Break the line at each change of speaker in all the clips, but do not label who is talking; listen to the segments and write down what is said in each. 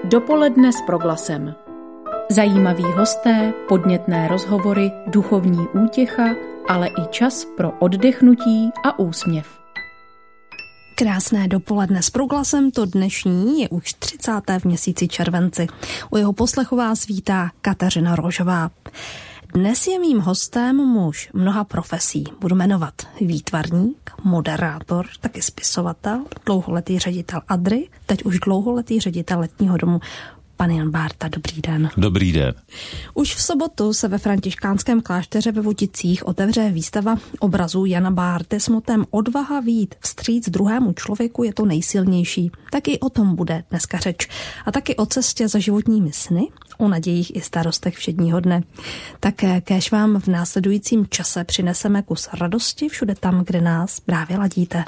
Dopoledne s Proglasem. Zajímaví hosté, podnětné rozhovory, duchovní útěcha, ale i čas pro oddechnutí a úsměv.
Krásné dopoledne s Proglasem, to dnešní je už 30. v měsíci červenci. U jeho poslechu vás vítá Kateřina Rožová. Dnes je mým hostem muž mnoha profesí. Budu jmenovat výtvarník, moderátor, taky spisovatel, dlouholetý ředitel Adry, teď už dlouholetý ředitel letního domu. Pan Jan Bárta, dobrý den.
Dobrý den.
Už v sobotu se ve františkánském klášteře ve Voticích otevře výstava obrazů Jana Bárty s motem Odvaha vyjít vstříc druhému člověku je to nejsilnější. Taky o tom bude dneska řeč. A taky o cestě za životními sny, o nadějích i starostech všedního dne. Také kéž vám v následujícím čase přineseme kus radosti všude tam, kde nás právě ladíte.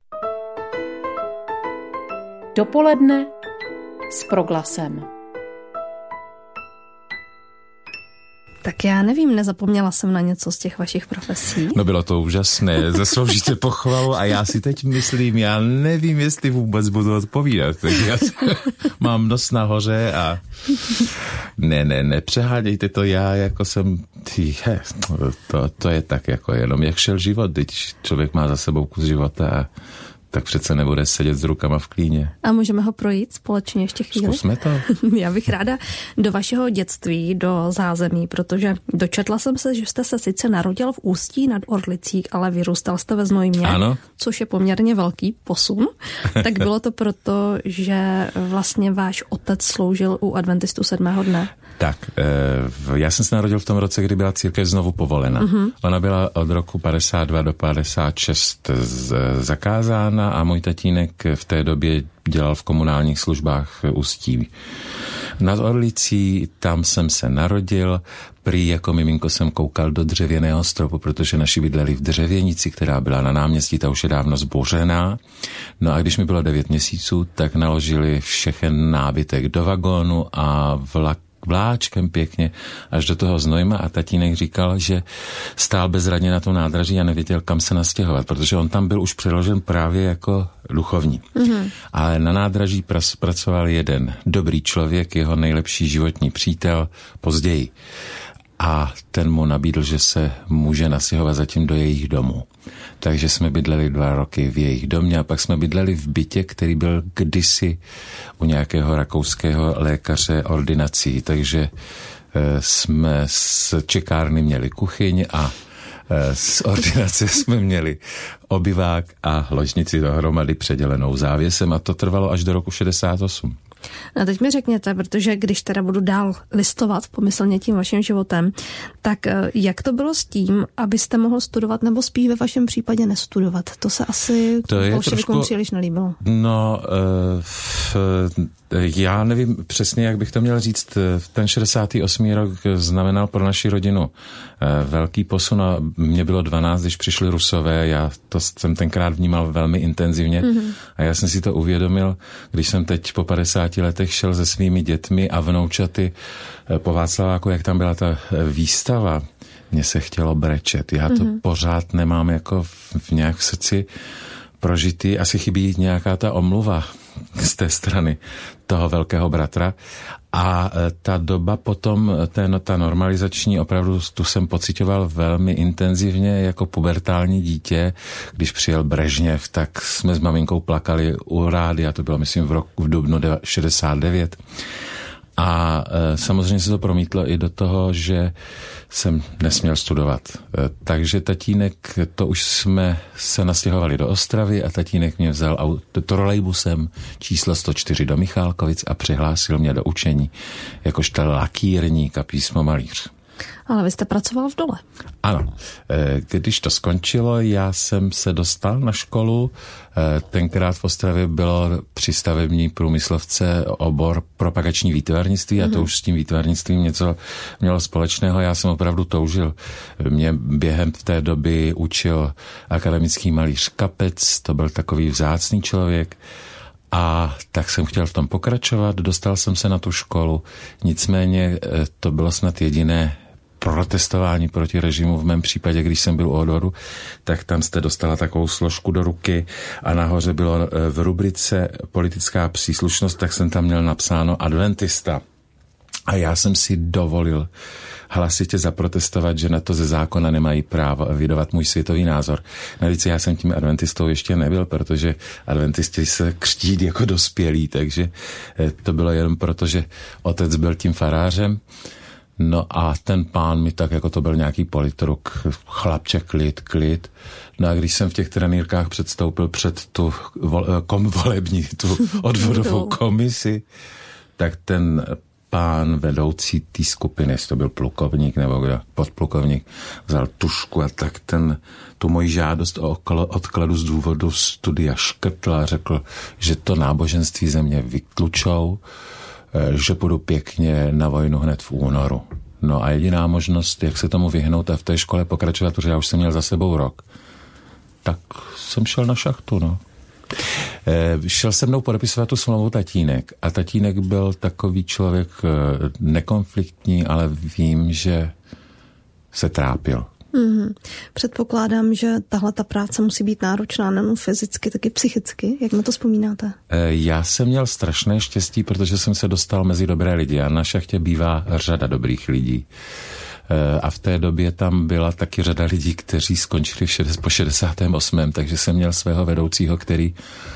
Dopoledne s Proglasem.
Tak já nevím, nezapomněla jsem na něco z těch vašich profesí.
No bylo to úžasné, zasloužíte pochvalu a já si teď myslím, já nevím, jestli vůbec budu odpovídat. Tak já mám nos nahoře a nepřehádějte to, já jako jsem, to je tak jako jenom jak šel život, teď člověk má za sebou kus života a tak přece nebude sedět s rukama v klíně.
A můžeme ho projít společně ještě chvíli?
Zkusme to.
Já bych ráda do vašeho dětství, do zázemí, protože dočetla jsem se, že jste se sice narodil v Ústí nad Orlicí, ale vyrůstal jste ve Znojmě,
ano. Což
je poměrně velký posun. Tak bylo to proto, že vlastně váš otec sloužil u adventistů 7. dne?
Tak, já jsem se narodil v tom roce, kdy byla církev znovu povolena. Uh-huh. Ona byla od roku 52 do 56 zakázána a můj tatínek v té době dělal v komunálních službách Ústí. Nad Orlicí, tam jsem se narodil, prý jako miminko jsem koukal do dřevěného stropu, protože naši bydleli v Dřevěnici, která byla na náměstí, ta už je dávno zbořená. No a když mi bylo 9 měsíců, tak naložili všechen nábytek do vagónu a vláčkem pěkně až do toho Znojma a tatínek říkal, že stál bezradně na tom nádraží a nevěděl, kam se nastěhovat, protože on tam byl už přeložen právě jako duchovní. Mm-hmm. Ale na nádraží pracoval jeden dobrý člověk, jeho nejlepší životní přítel, později. A ten mu nabídl, že se může nastěhovat zatím do jejich domu. Takže jsme bydleli 2 roky v jejich domě a pak jsme bydleli v bytě, který byl kdysi u nějakého rakouského lékaře ordinací. Takže jsme z čekárny měli kuchyň a z ordinace jsme měli obyvák a ložnici dohromady předělenou závěsem a to trvalo až do roku 68.
A teď mi řekněte, protože když teda budu dál listovat pomyslně tím vaším životem, tak jak to bylo s tím, abyste mohl studovat, nebo spíš ve vašem případě nestudovat? To se asi bolševikům příliš nelíbilo.
No, já nevím přesně, jak bych to měl říct. Ten 68. rok znamenal pro naši rodinu velký posun a mě bylo 12, když přišli Rusové. Já to jsem tenkrát vnímal velmi intenzivně a já jsem si to uvědomil, když jsem teď po 50 letech šel se svými dětmi a vnoučaty po Václaváku, jak tam byla ta výstava. Mně se chtělo brečet. Já to pořád nemám jako nějak v srdci prožitý. Asi chybí nějaká ta omluva z té strany toho velkého bratra. A ta doba potom, ta normalizační, opravdu tu jsem pocitoval velmi intenzivně jako pubertální dítě. Když přijel Brežněv, tak jsme s maminkou plakali u rádia, to bylo myslím v dubnu 69. A samozřejmě se to promítlo i do toho, že jsem nesměl studovat. Takže tatínek, to už jsme se nastěhovali do Ostravy a tatínek mě vzal trolejbusem číslo 104 do Michálkovic a přihlásil mě do učení jakožto lakýrník a písmomalíř.
Ale vy jste pracoval v dole.
Ano. Když to skončilo, já jsem se dostal na školu. Tenkrát v Ostravě bylo při stavební průmyslovce obor propagační výtvarnictví a to už s tím výtvarnictvím něco mělo společného. Já jsem opravdu toužil. Mě během v té doby učil akademický malíř Kapec, to byl takový vzácný člověk. A tak jsem chtěl v tom pokračovat, dostal jsem se na tu školu, nicméně to bylo snad jediné protestování proti režimu. V mém případě, když jsem byl u odboru, tak tam jste dostala takovou složku do ruky a nahoře bylo v rubrice politická příslušnost, tak jsem tam měl napsáno adventista. A já jsem si dovolil hlasitě zaprotestovat, že na to ze zákona nemají právo vydovat můj světový názor. Navíc já jsem tím adventistou ještě nebyl, protože adventisti se křtí jako dospělí, takže to bylo jenom proto, že otec byl tím farářem. No a ten pán mi tak, jako to byl nějaký politruk, chlapče, klid. No a když jsem v těch trenýrkách předstoupil před tu volební, tu odvodovou komisi, tak ten pán vedoucí té skupiny, jestli to byl plukovník nebo kdo, podplukovník, vzal tušku a tak tu moji žádost o odkladu z důvodu studia škrtl a řekl, že to náboženství ze mě vytlučou, že půjdu pěkně na vojnu hned v únoru. No a jediná možnost, jak se tomu vyhnout a v té škole pokračovat, protože já už jsem měl za sebou rok, tak jsem šel na šachtu, no. Šel se mnou podepisovat tu smlouvu tatínek a tatínek byl takový člověk nekonfliktní, ale vím, že se trápil.
Předpokládám, že tahle ta práce musí být náročná nejen fyzicky, tak i psychicky. Jak na to vzpomínáte?
Já jsem měl strašné štěstí, protože jsem se dostal mezi dobré lidi a na šachtě bývá řada dobrých lidí. A v té době tam byla taky řada lidí, kteří skončili po 68. Takže jsem měl svého vedoucího, který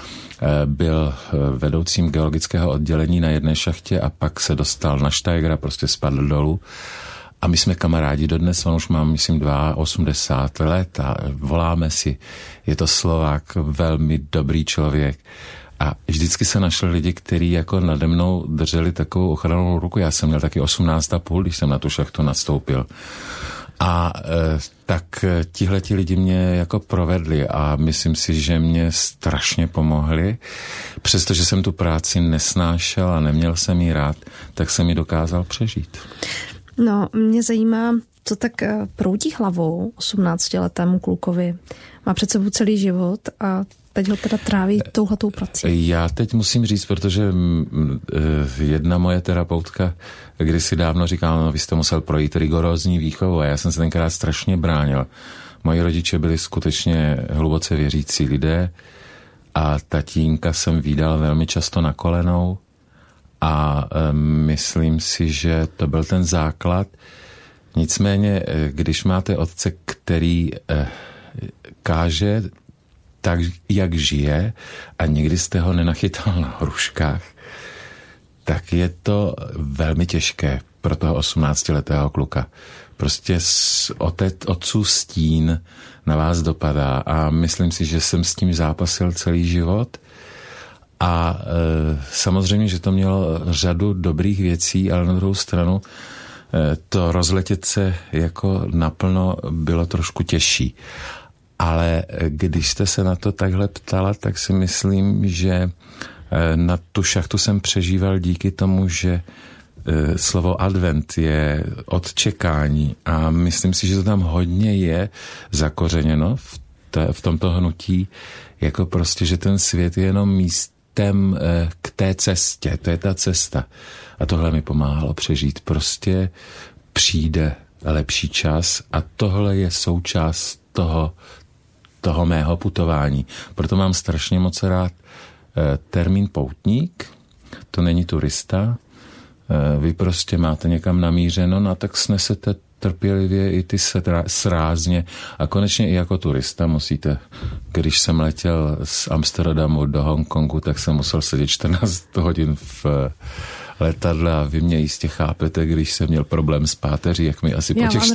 byl vedoucím geologického oddělení na jedné šachtě a pak se dostal na Steigera, prostě spadl dolů. A my jsme kamarádi dodnes, on už má, myslím, 82 let a voláme si. Je to Slovák, velmi dobrý člověk. A vždycky se našli lidi, kteří jako nade mnou drželi takovou ochrannou ruku. Já jsem měl taky 18,5, když jsem na tu šachtu nastoupil. A tak tihleti lidi mě jako provedli a myslím si, že mě strašně pomohli. Přestože jsem tu práci nesnášel a neměl jsem ji rád, tak jsem ji dokázal přežít.
No, mě zajímá, co tak proudí hlavou 18letému klukovi. Má před sebou celý život a teď ho teda tráví touhletou prací.
Já teď musím říct, protože jedna moje terapeutka kdysi dávno říkala, no vy jste musel projít rigorózní výchovu a já jsem se tenkrát strašně bránil. Moji rodiče byli skutečně hluboce věřící lidé a tatínka jsem vídal velmi často na kolenou a myslím si, že to byl ten základ. Nicméně, když máte otce, který káže tak, jak žije a nikdy jste ho nenachytal na hruškách, tak je to velmi těžké pro toho 18letého kluka. Prostě otcův stín na vás dopadá a myslím si, že jsem s tím zápasil celý život a samozřejmě, že to mělo řadu dobrých věcí, ale na druhou stranu to rozletět se jako naplno bylo trošku těžší. Ale když jste se na to takhle ptala, tak si myslím, že na tu šachtu jsem přežíval díky tomu, že slovo advent je od čekání a myslím si, že to tam hodně je zakořeněno v tomto hnutí, jako prostě, že ten svět je jenom místem k té cestě, to je ta cesta. A tohle mi pomáhalo přežít. Prostě přijde lepší čas a tohle je součást toho mého putování. Proto mám strašně moc rád termín poutník, to není turista, vy prostě máte někam namířeno, no a tak snesete trpělivě i ty srázně a konečně i jako turista musíte, když jsem letěl z Amsterdamu do Hongkongu, tak jsem musel sedět 14 hodin v letadle a vy mě jistě chápete, když jsem měl problém s páteří, jak mi asi po těch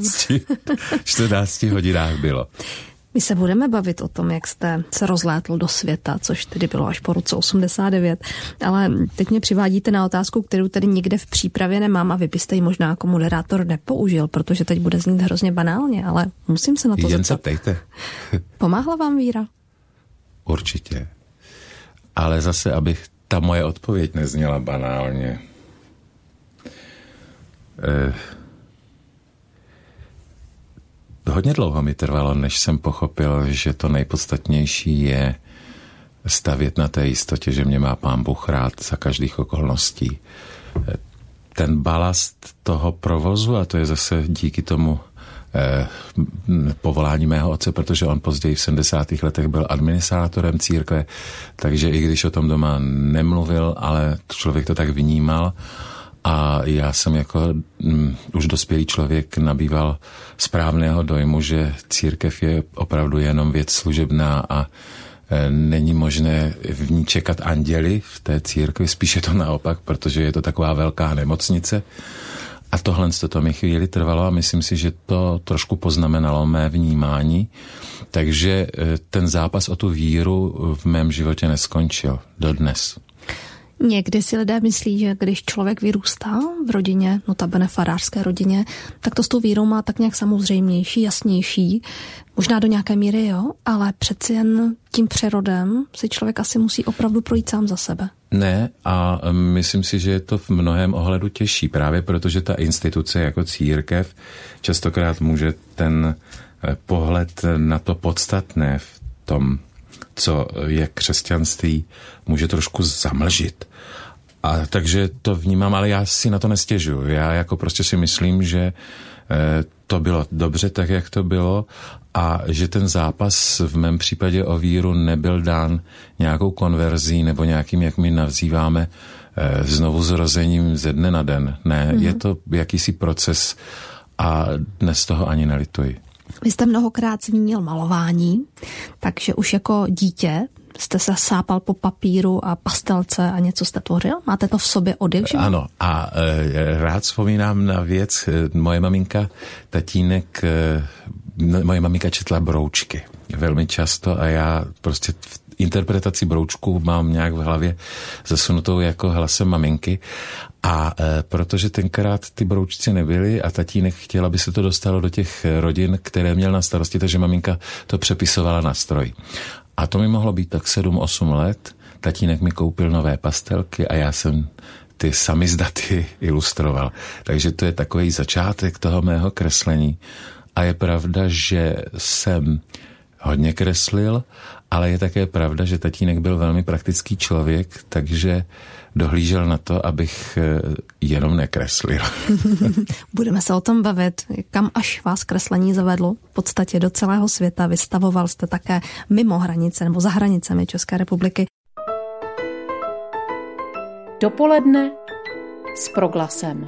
14 hodinách bylo.
My se budeme bavit o tom, jak jste se rozlétl do světa, což tedy bylo až po roce 89, ale teď mě přivádíte na otázku, kterou tady nikde v přípravě nemám a vy byste ji možná jako moderátor nepoužil, protože teď bude znít hrozně banálně, ale musím se na to zeptat.
Jen se ptejte.
Pomáhla vám víra?
Určitě. Ale zase, abych ta moje odpověď nezněla banálně. Hodně dlouho mi trvalo, než jsem pochopil, že to nejpodstatnější je stavět na té jistotě, že mě má Pán Bůh rád za každých okolností. ten balast toho provozu, a to je zase díky tomu povolání mého otce, protože on později v 70. letech byl administrátorem církve, takže i když o tom doma nemluvil, ale člověk to tak vnímal a já jsem jako už dospělý člověk nabýval správného dojmu, že církev je opravdu jenom věc služebná a není možné v ní čekat anděli v té církvi, spíše to naopak, protože je to taková velká nemocnice. A tohle to mi chvíli trvalo a myslím si, že to trošku poznamenalo mé vnímání. Takže ten zápas o tu víru v mém životě neskončil dodnes.
Někdy si lidé myslí, že když člověk vyrůstá v rodině, notabene farářské rodině, tak to s tou vírou má tak nějak samozřejmější, jasnější. Možná do nějaké míry, jo, ale přeci jen tím přerodem si člověk asi musí opravdu projít sám za sebe.
Ne, a myslím si, že je to v mnohém ohledu těžší, právě protože ta instituce jako církev častokrát může ten pohled na to podstatné v tom, co je křesťanství, může trošku zamlžit. A takže to vnímám, ale já si na to nestěžuju. Já jako prostě si myslím, že to bylo dobře tak, jak to bylo a že ten zápas v mém případě o víru nebyl dán nějakou konverzí nebo nějakým, jak my nazýváme, znovu zrozením ze dne na den. Ne, je to jakýsi proces a dnes toho ani nelituji.
Vy jste mnohokrát zmínil malování, takže už jako dítě jste se sápal po papíru a pastelce a něco jste tvořil? Máte to v sobě odjakživa?
Ano, a rád vzpomínám na věc. Moje maminka četla broučky velmi často a já prostě v interpretaci broučků mám nějak v hlavě zasunutou jako hlasem maminky. A protože tenkrát ty broučci nebyly a tatínek chtěl, aby se to dostalo do těch rodin, které měl na starosti, takže maminka to přepisovala na stroj. A to mi mohlo být tak 7-8 let. Tatínek mi koupil nové pastelky a já jsem ty samizdaty ilustroval. Takže to je takový začátek toho mého kreslení. A je pravda, že jsem hodně kreslil, ale je také pravda, že tatínek byl velmi praktický člověk, takže dohlížel na to, abych jenom nekreslil.
Budeme se o tom bavit. Kam až vás kreslení zavedlo? V podstatě do celého světa. Vystavoval jste také mimo hranice nebo za hranicemi České republiky.
Dopoledne s Proglasem.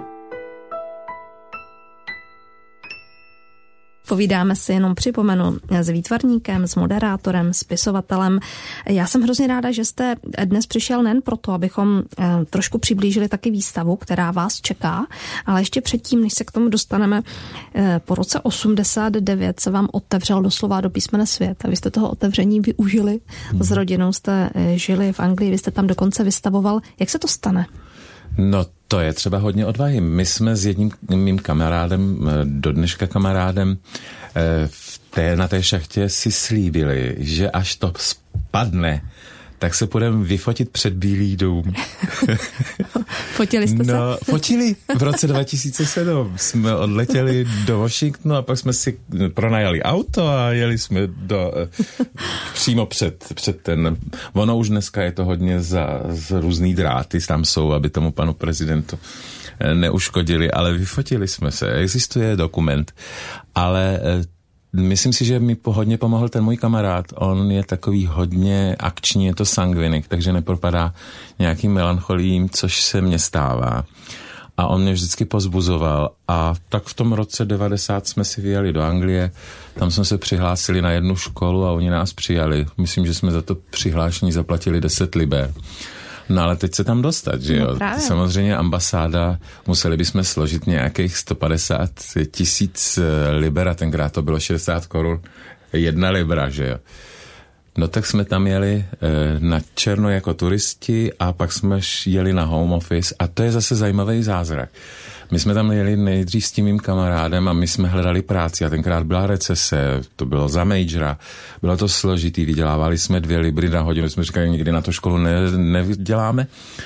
Povídáme si, jenom připomenu, s výtvarníkem, s moderátorem, spisovatelem. Já jsem hrozně ráda, že jste dnes přišel nejen proto, abychom trošku přiblížili taky výstavu, která vás čeká, ale ještě předtím, než se k tomu dostaneme, po roce 89 se vám otevřel doslova do písmene svět a vy jste toho otevření využili. S rodinou jste žili v Anglii, vy jste tam dokonce vystavoval. Jak se to stane?
No, to je třeba hodně odvahy. My jsme s jedním mým kamarádem, do dneška kamarádem, na té šachtě si slíbili, že až to spadne, tak se půjdeme vyfotit před Bílý dům.
Fotili jste se?
No, fotili. V roce 2007 jsme odletěli do Washingtonu a pak jsme si pronajali auto a jeli jsme přímo před ten... Ono už dneska je to hodně za různý dráty, tam jsou, aby tomu panu prezidentu neuškodili, ale vyfotili jsme se. Existuje dokument, ale... Myslím si, že mi hodně pomohl ten můj kamarád. On je takový hodně akční, je to sangvinik, takže nepropadá nějakým melancholím, což se mně stává. A on mě vždycky pozbuzoval. A tak v tom roce 90 jsme si vyjeli do Anglie, tam jsme se přihlásili na jednu školu a oni nás přijali. Myslím, že jsme za to přihlášení zaplatili 10 liber. No ale teď se tam dostat, že jo?
No,
samozřejmě ambasáda, museli bychom složit nějakých 150 000 liber a tenkrát to bylo 60 korun 1 libra, že jo? No tak jsme tam jeli na černo jako turisti a pak jsme jeli na home office a to je zase zajímavý zázrak. My jsme tam jeli nejdřív s tím mým kamarádem a my jsme hledali práci a tenkrát byla recese, to bylo za majora, bylo to složitý, vydělávali jsme 2 libry na hodinu, jsme říkali, nikdy na to školu nevyděláme.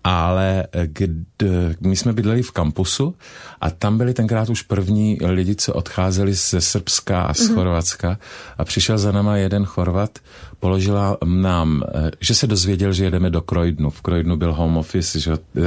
Ale my jsme bydleli v kampusu a tam byli tenkrát už první lidi, co odcházeli ze Srbska a z Chorvatska a přišel za náma jeden Chorvat, položila nám, že se dozvěděl, že jedeme do Croydonu. V Croydonu byl home office,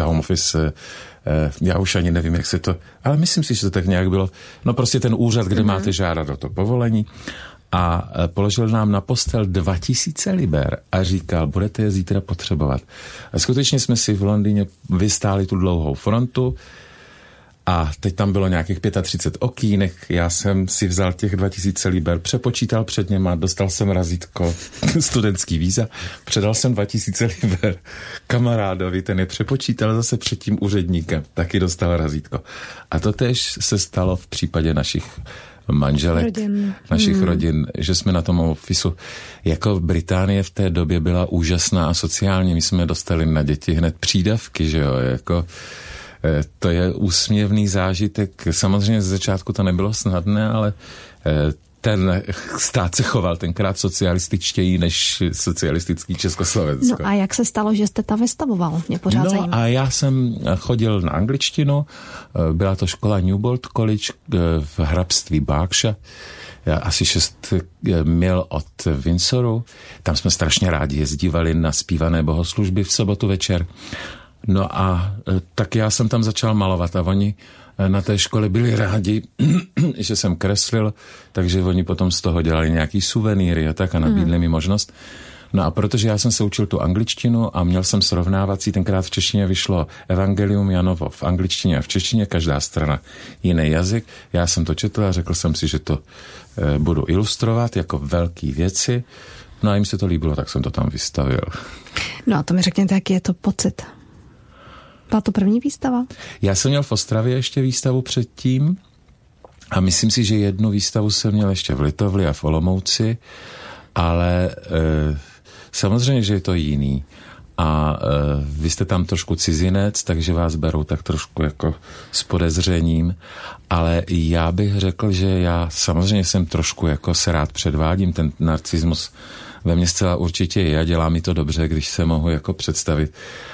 já už ani nevím, jak se to, ale myslím si, že to tak nějak bylo. No prostě ten úřad, kde máte žádat o to povolení. A položil nám na postel 2000 liber a říkal, budete je zítra potřebovat. A skutečně jsme si v Londýně vystáli tu dlouhou frontu a teď tam bylo nějakých 35 okýnek. Já jsem si vzal těch 2000 liber, přepočítal před něma, dostal jsem razítko, studentský víza, předal jsem 2000 liber kamarádovi, ten je přepočítal zase před tím úředníkem, taky dostal razítko. A to též se stalo v případě našich manželek, našich rodin, že jsme na tom ofisu. Jako Británie v té době byla úžasná a sociální. My jsme dostali na děti hned přídavky, že jo, jako to je úsměvný zážitek. Samozřejmě ze začátku to nebylo snadné, ale ten stát se choval tenkrát socialističtěji než socialistický Československo.
No a jak se stalo, že jste tam vystavoval? Mě pořád zajímá.
A já jsem chodil na angličtinu, byla to škola Newbold College v hrabství Berkshire, asi 6 mil od Windsoru. Tam jsme strašně rádi jezdívali na zpívané bohoslužby v sobotu večer. No a tak já jsem tam začal malovat a oni na té škole byli rádi, že jsem kreslil, takže oni potom z toho dělali nějaký suvenýry a tak a nabídli mi možnost. No a protože já jsem se učil tu angličtinu a měl jsem srovnávací, tenkrát v češtině vyšlo Evangelium Janovo v angličtině a v češtině, každá strana jiný jazyk. Já jsem to četl a řekl jsem si, že to budu ilustrovat jako velký věci. No a jim se to líbilo, tak jsem to tam vystavil.
No a to mi řekněte, jaký je to pocit? Byla to první výstava?
Já jsem měl v Ostravě ještě výstavu předtím a myslím si, že jednu výstavu jsem měl ještě v Litovli a v Olomouci, ale samozřejmě, že je to jiný. A vy jste tam trošku cizinec, takže vás berou tak trošku jako s podezřením, ale já bych řekl, že já samozřejmě jsem trošku jako se rád předvádím, ten narcismus ve mně zcela určitě je a dělá mi to dobře, když se mohu jako představit.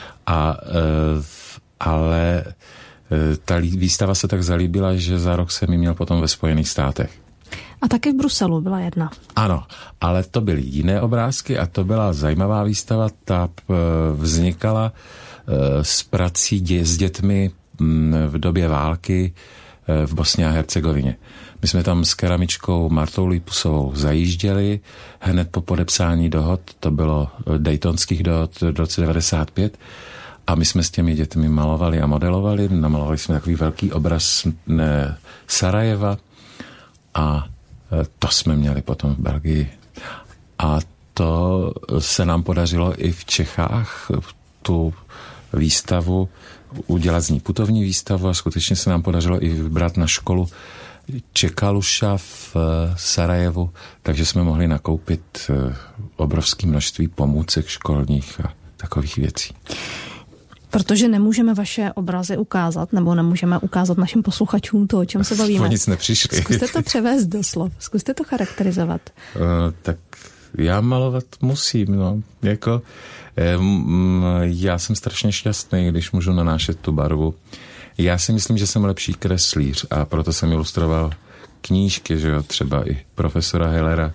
Ale ta výstava se tak zalíbila, že za rok jsem ji měl potom ve Spojených státech.
A taky v Bruselu byla jedna.
Ano, ale to byly jiné obrázky a to byla zajímavá výstava. Ta vznikala s prací s dětmi v době války v Bosně a Hercegovině. My jsme tam s keramičkou Martou Lípusovou zajížděli hned po podepsání dohod, to bylo Daytonských dohod v roce 95, a my jsme s těmi dětmi malovali a modelovali. Namalovali jsme takový velký obraz Sarajeva a to jsme měli potom v Belgii. A to se nám podařilo i v Čechách tu výstavu udělat z ní putovní výstavu a skutečně se nám podařilo i vybrat na školu Čekaluša v Sarajevu, takže jsme mohli nakoupit obrovské množství pomůcek školních a takových věcí.
Protože nemůžeme vaše obrazy ukázat, nebo nemůžeme ukázat našim posluchačům to, o čem se bavíme.
O nic nepřišli.
Zkuste to převést do slov, zkuste to charakterizovat.
Tak já malovat musím, no. Jako, já jsem strašně šťastný, když můžu nanášet tu barvu. Já si myslím, že jsem lepší kreslíř a proto jsem ilustroval knížky, že jo, třeba i profesora Hellera,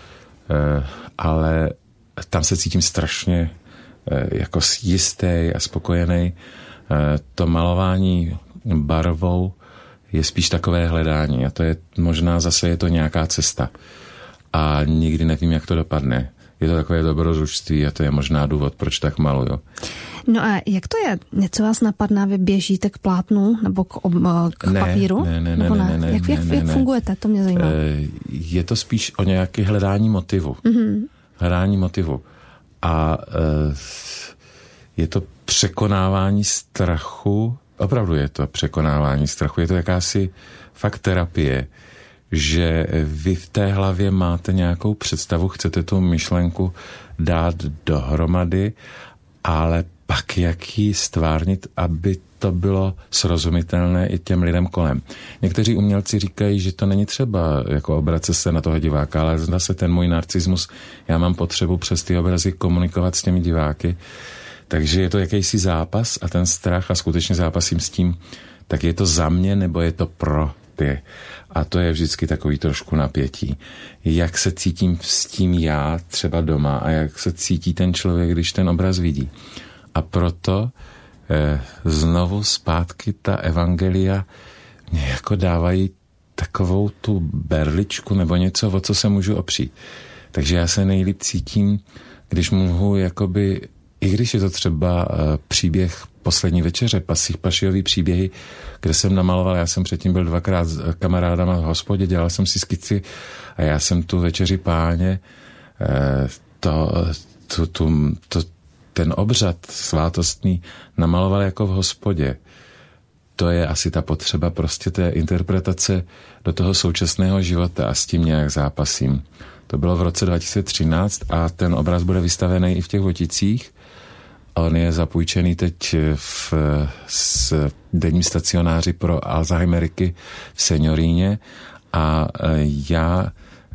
ale tam se cítím strašně jako jistý a spokojený. To malování barvou je spíš takové hledání a to je možná zase je to nějaká cesta a nikdy nevím, jak to dopadne. Je to takové dobrodružství a to je možná důvod, proč tak maluju.
No a jak to je? Něco vás napadná, vy běžíte k plátnu nebo k papíru?
Ne.
Jak fungujete? To mě zajímá.
Je to spíš o nějaké hledání motivu. Mm-hmm. Hledání motivu. A je to překonávání strachu, opravdu je to překonávání strachu, je to jakási fakt terapie, že vy v té hlavě máte nějakou představu, chcete tu myšlenku dát dohromady, ale pak jak ji stvárnit, aby to bylo srozumitelné i těm lidem kolem. Někteří umělci říkají, že to není třeba jako obracet se na toho diváka, ale zase ten můj narcismus, já mám potřebu přes ty obrazy komunikovat s těmi diváky, Takže je to jakýsi zápas a ten strach a skutečně zápasím s tím, tak je to za mě nebo je to pro ty. A to je vždycky takový trošku napětí. Jak se cítím s tím já třeba doma a jak se cítí ten člověk, když ten obraz vidí. A proto znovu zpátky ta evangelia mě jako dávají takovou tu berličku nebo něco, o co se můžu opřít. Takže já se nejlíp cítím, když mohu jakoby, i když je to třeba příběh Poslední večeře, Pašiový příběhy, kde jsem namaloval, já jsem předtím byl 2krát s kamarádama v hospodě, dělal jsem si skici a já jsem tu Večeři Páně, ten obřad svátostný namaloval jako v hospodě. To je asi ta potřeba prostě té interpretace do toho současného života a s tím nějak zápasím. To bylo v roce 2013 a ten obraz bude vystavený i v těch Voticích. On je zapůjčený teď v denním stacionáři pro Alzheimeriky v Senioríně a já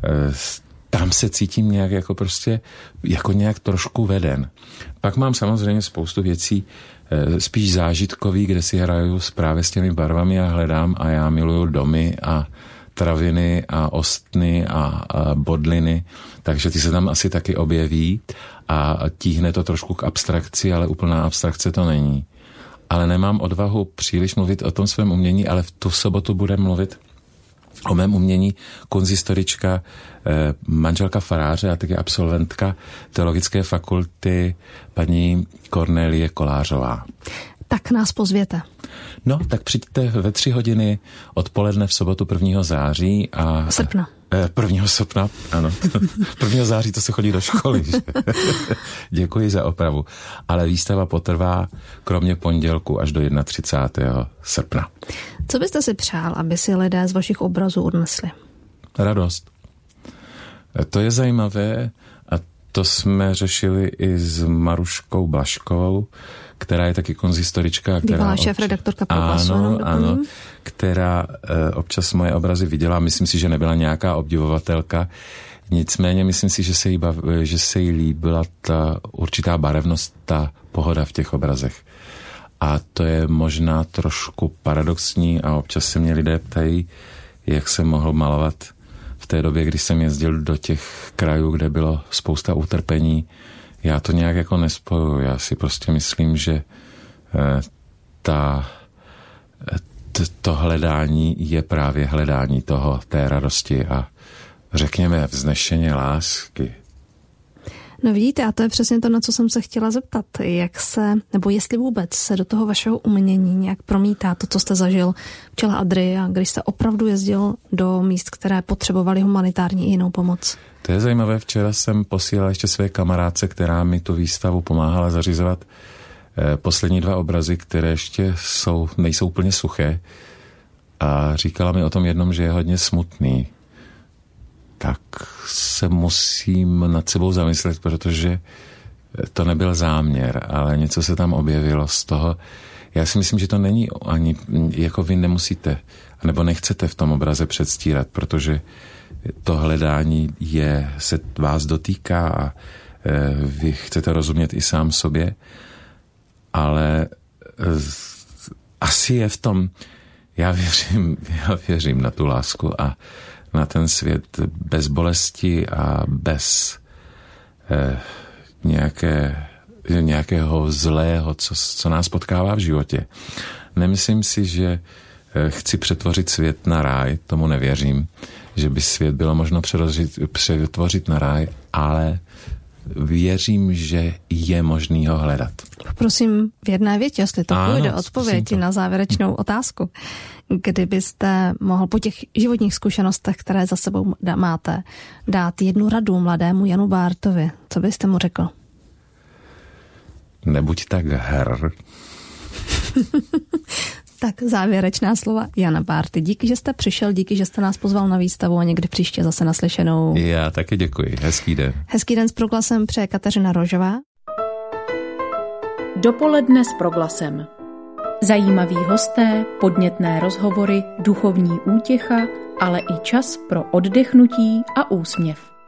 tam se cítím nějak jako prostě jako nějak trošku veden. Pak mám samozřejmě spoustu věcí spíš zážitkový, kde si hraju právě s těmi barvami a hledám a já miluju domy a traviny a ostny a bodliny, takže ty se tam asi taky objeví a tíhne to trošku k abstrakci, ale úplná abstrakce to není. Ale nemám odvahu příliš mluvit o tom svém umění, ale v tu sobotu budeme mluvit o mém umění konzistorička, manželka faráře a taky absolventka teologické fakulty paní Kornélie Kolářová.
Tak nás pozvěte.
No, tak přijďte ve 3 hodiny odpoledne v sobotu 1. září a...
Srpna.
1. srpna, ano. 1. září to se chodí do školy. Děkuji za opravu. Ale výstava potrvá kromě pondělku až do 31. srpna.
Co byste si přál, aby si lidé z vašich obrazů odnesli?
Radost. To je zajímavé a to jsme řešili i s Maruškou Blažkovou, která je taky konzistorička.
Bývalá šéfredaktorka Proglasu.
Ano, která občas moje obrazy viděla. Myslím si, že nebyla nějaká obdivovatelka. Nicméně myslím si, že se jí líbila ta určitá barevnost, ta pohoda v těch obrazech. A to je možná trošku paradoxní a občas se mě lidé ptají, jak jsem mohl malovat v té době, kdy jsem jezdil do těch krajů, kde bylo spousta utrpení. Já to nějak jako nespojuji. Já si prostě myslím, že to hledání je právě hledání té radosti a řekněme vznešeně lásky.
No vidíte, a to je přesně to, na co jsem se chtěla zeptat. Jak se, nebo jestli vůbec se do toho vašeho umění nějak promítá to, co jste zažil v čele Adria, když jste opravdu jezdil do míst, které potřebovaly humanitární i jinou pomoc?
To je zajímavé. Včera jsem posílal ještě své kamarádce, která mi tu výstavu pomáhala zařizovat, poslední 2 obrazy, které ještě nejsou úplně suché. A říkala mi o tom jednom, že je hodně smutný. Tak se musím nad sebou zamyslet, protože to nebyl záměr, ale něco se tam objevilo z toho. Já si myslím, že to není ani, jako vy nemusíte, nebo nechcete v tom obraze předstírat, protože to hledání se vás dotýká a vy chcete rozumět i sám sobě, ale asi je v tom, já věřím na tu lásku a na ten svět bez bolesti a bez nějakého zlého, co nás potkává v životě. Nemyslím si, že chci přetvořit svět na ráj, tomu nevěřím, že by svět bylo možno přetvořit na ráj, ale věřím, že je možný ho hledat.
Prosím v jedné větě, jestli to půjde, odpověď na závěrečnou otázku. Kdybyste mohl po těch životních zkušenostech, které za sebou máte, dát jednu radu mladému Janu Bártovi, co byste mu řekl?
Nebuď tak hr.
Tak závěrečná slova Jana Bárty. Díky, že jste přišel, díky, že jste nás pozval na výstavu a někdy příště zase naslyšenou.
Já taky děkuji. Hezký den.
Hezký den s Proglasem přeje Kateřina Rožová.
Dopoledne s Proglasem. Zajímaví hosté, podnětné rozhovory, duchovní útěcha, ale i čas pro oddechnutí a úsměv.